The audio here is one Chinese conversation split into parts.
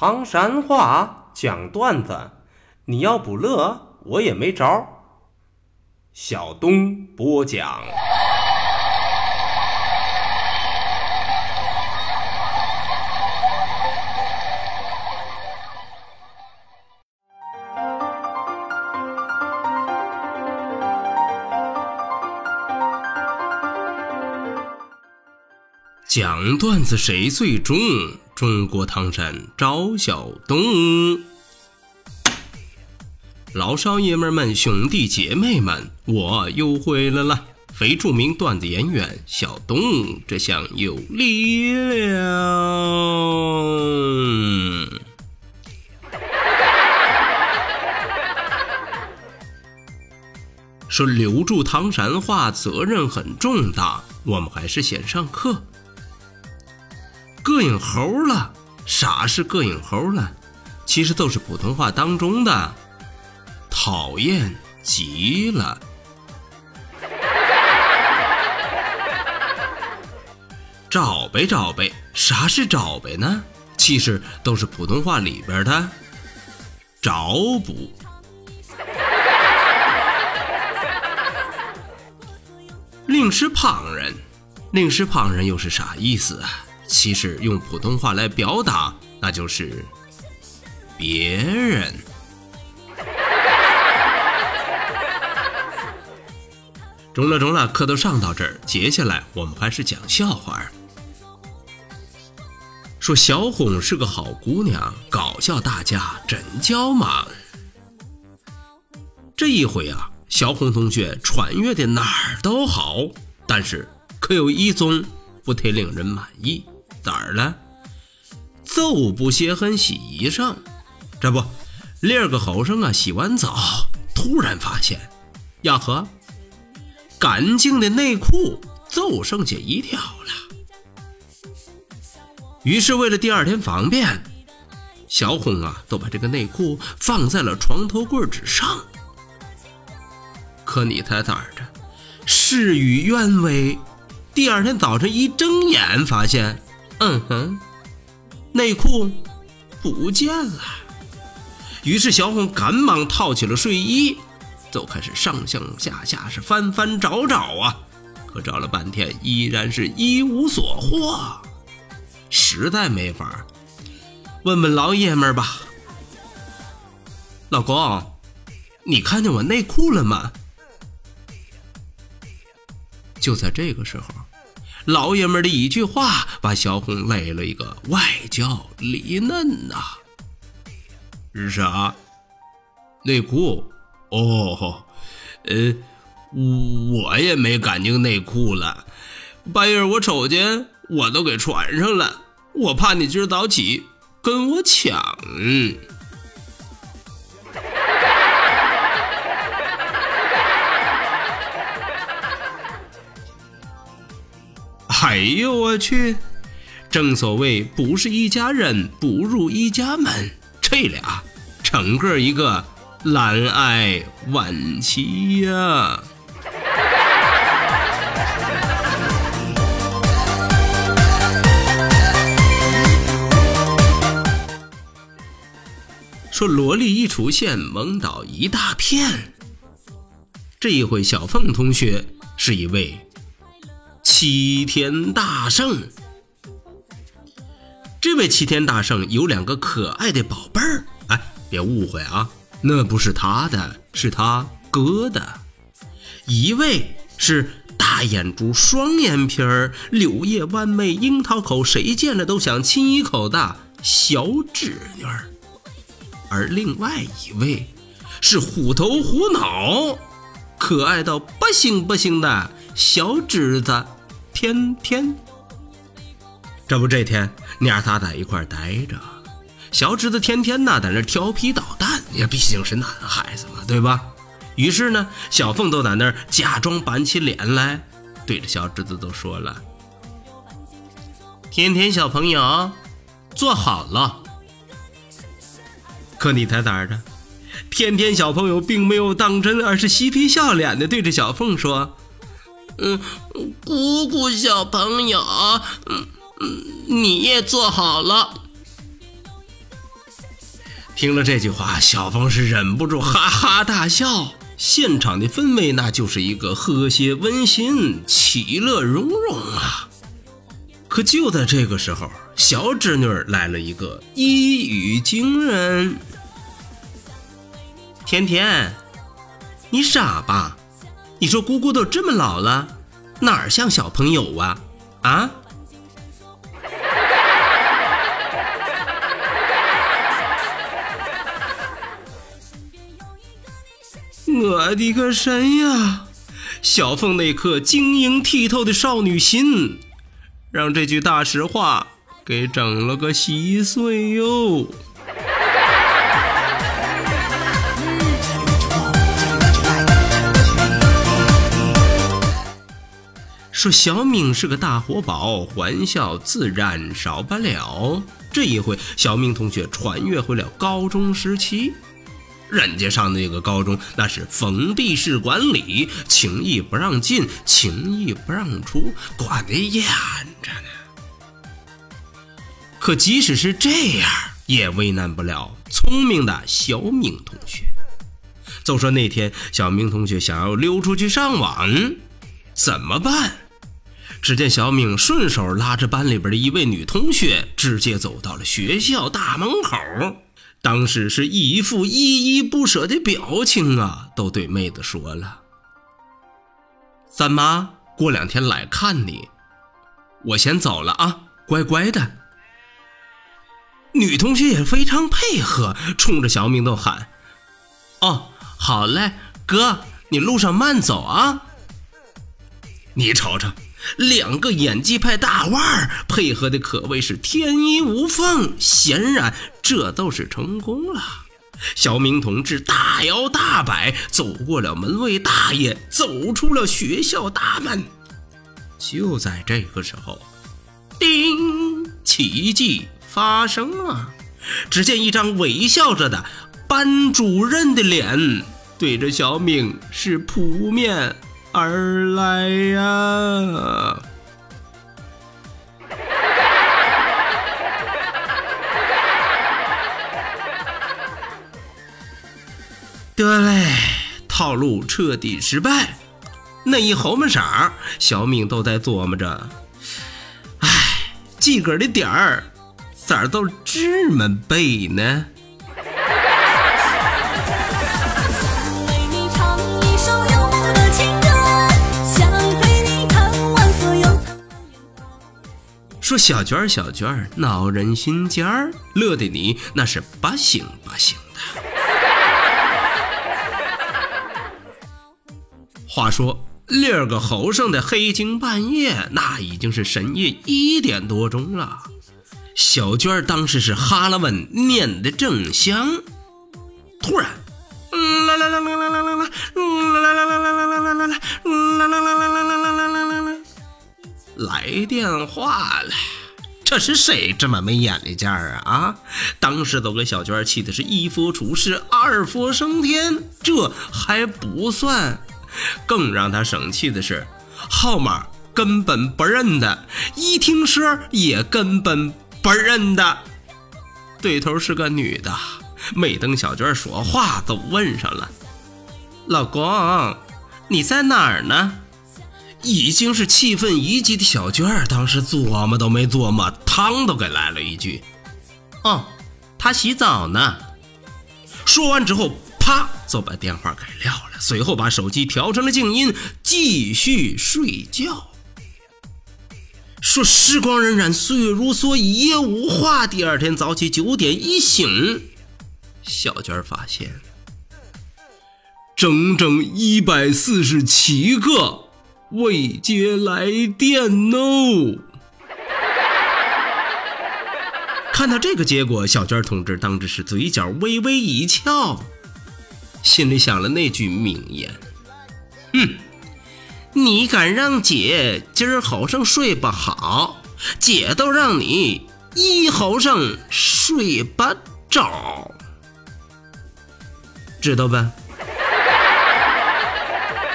唐山话讲段子，你要不乐，我也没招。小东播讲。讲段子谁最中？中国唐山赵小东。老少爷们、兄弟姐妹们，我又回来了，非著名段子演员小东，这厢有力量。说留住唐山话责任很重大，我们还是先上课。膈应猴了，啥是膈应猴了？其实都是普通话当中的讨厌极了。找呗找呗，啥是找呗呢？其实都是普通话里边的找补。令师旁人，令师旁人又是啥意思啊？其实用普通话来表达，那就是别人。中了，课都上到这儿，接下来我们还是讲笑话。说小红是个好姑娘，搞笑大家真叫忙。这一回啊，小红同学穿越的哪儿都好，但是可有一种不太令人满意。哪儿了？就不鞋痕洗衣裳。这不，2个后生啊，洗完澡突然发现，呀呵，干净的内裤就剩下1条了。于是为了第2天方便，小红啊都把这个内裤放在了床头柜之上。可你猜咋着？事与愿违，第2天早晨一睁眼发现，内裤不见了。于是小红赶忙套起了睡衣，就开始上上下下是翻翻找找啊，可找了半天依然是一无所获，实在没法，问问老爷们吧。老公，你看见我内裤了吗？就在这个时候，老爷们的一句话把小红累了一个外焦里嫩呐。啥？内裤？哦，我也没干净内裤了，半夜我瞅见我都给穿上了，我怕你今儿早起跟我抢。哎呦我去，正所谓不是一家人不入一家门，这俩整个一个懒癌晚期呀。说萝莉一出现，萌倒一大片。这一回小凤同学是一位齐天大圣。这位齐天大圣有2个可爱的宝贝儿，别误会啊，那不是他的，是他哥的。一位是大眼珠、双眼皮儿、柳叶弯眉、樱桃口，谁见了都想亲一口的小侄女儿，而另外一位是虎头虎脑、可爱到不行不行的小侄子天天。这不，这天娘仨在一块待着，小侄子天天呢在那调皮捣蛋，也毕竟是男孩子嘛，对吧？于是呢，小凤都在那儿假装板起脸来，对着小侄子都说了：天天小朋友坐好了。可你猜咋着？天天小朋友并没有当真，而是嬉皮笑脸的对着小凤说：姑姑小朋友，你也坐好了。 听了这句话，小峰是忍不住哈哈大笑，现场的氛围那就是一个和谐温馨、其乐融融啊。可就在这个时候，小侄女来了一个一语惊人。甜甜，你傻吧？你说姑姑都这么老了，哪儿像小朋友啊？啊？我的个神呀！小凤那颗晶莹剔透的少女心，让这句大实话给整了个稀碎哟。说小敏是个大活宝，欢笑自然少不了。这一回，小敏同学穿越回了高中时期。人家上的那个高中那是封闭式管理，轻易不让进，轻易不让出，管得严着呢。可即使是这样，也为难不了聪明的小敏同学。就说那天小敏同学想要溜出去上网，怎么办？只见小敏顺手拉着班里边的一位女同学，直接走到了学校大门口。当时是一副依依不舍的表情啊，都对妹子说了：“三妈过2天来看你，我先走了啊，乖乖的。”女同学也非常配合，冲着小敏都喊：“哦，好嘞，哥，你路上慢走啊。”你瞅瞅，2个演技派大腕配合的可谓是天衣无缝，显然这都是成功了。小敏同志大摇大摆走过了门卫大爷，走出了学校大门。就在这个时候，叮，奇迹发生了。只见一张微笑着的班主任的脸对着小敏是扑面而来呀！得嘞，套路彻底失败。那一后门色，小敏都在琢磨着，哎，自个儿的点儿咋都这么背呢？说小娟儿小娟儿闹人心尖儿，乐得你那是不行不行的。话说2个后生的黑更半夜，那已经是深夜1点多钟了。小娟儿当时是哈拉文念得正香，突然来电话了，这是谁这么没眼力劲儿啊？当时都给小娟气的是一佛出世2佛升天，这还不算，更让他生气的是号码根本不认的，一听声也根本不认的。对头是个女的，没等小娟说话都问上了：“老公，你在哪儿呢？”已经是气愤已极的小娟当时琢磨都没琢磨，汤都给来了一句：“哦，她洗澡呢。”说完之后，啪就把电话给撂了，随后把手机调成了静音，继续睡觉。说时光荏苒，岁月如梭，一夜无话。第2天早起9点一醒，小娟发现整整147个未接来电哦。看到这个结果，小娟同志当时是嘴角微微一翘，心里想了那句名言：你敢让姐今儿好生睡不好，姐都让你一好生睡不着，知道吧？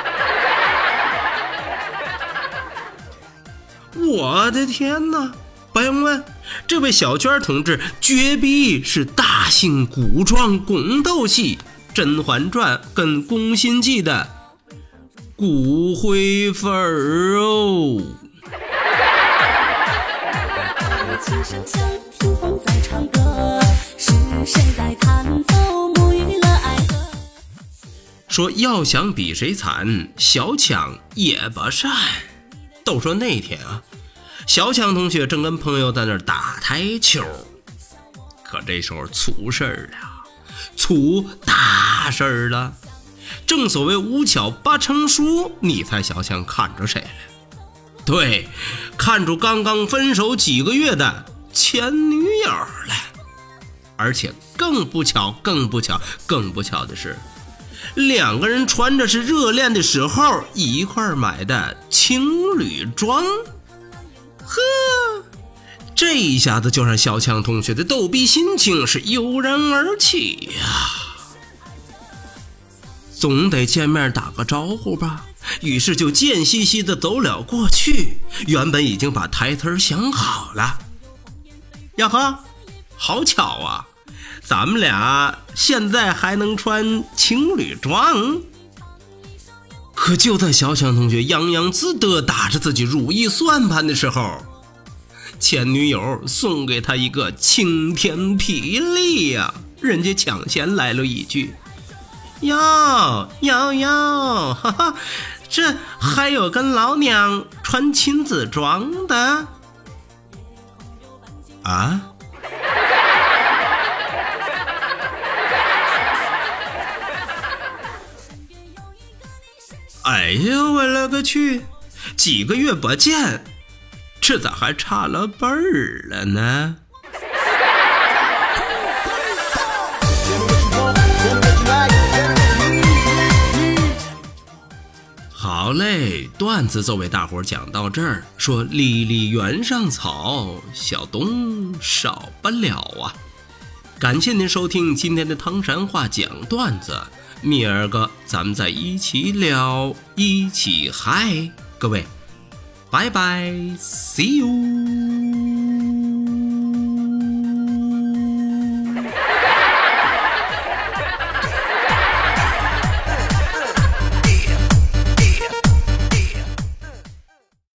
我的天哪， 不用问，这位小娟同志绝壁是大型古装宫斗戏《甄嬛传》跟《宫心计》的骨灰粉儿哦。 琴声响，听风在唱歌，是谁在弹奏沐浴了爱河？ 说要想比谁惨，小强也不善。都说那天啊，小强同学正跟朋友在那儿打台球，可这时候出事儿了，出大事儿了。正所谓无巧不成书，你猜小强看着谁了？对，看出刚刚分手几个月的前女友了。而且更不巧的是，两个人穿着是热恋的时候一块买的情侣装。呵，这一下子就让小强同学的逗逼心情是油然而起呀。总得见面打个招呼吧，于是就贱兮兮的走了过去。原本已经把台词想好了，呀呵，好巧啊，咱们俩现在还能穿情侣装。可就在小强同学洋洋自得打着自己如意算盘的时候，前女友送给他一个晴天霹雳呀！人家抢先来了一句：哟，哈哈，这还有跟老娘穿亲子装的啊！哎呦我勒个去，几个月不见，这咋还差了辈儿了呢？好嘞，段子就为大伙讲到这儿。说离离原上草，小东少不了啊。感谢您收听今天的唐山话讲段子，明儿个咱们再一起聊，一起嗨，各位拜拜 ，see you。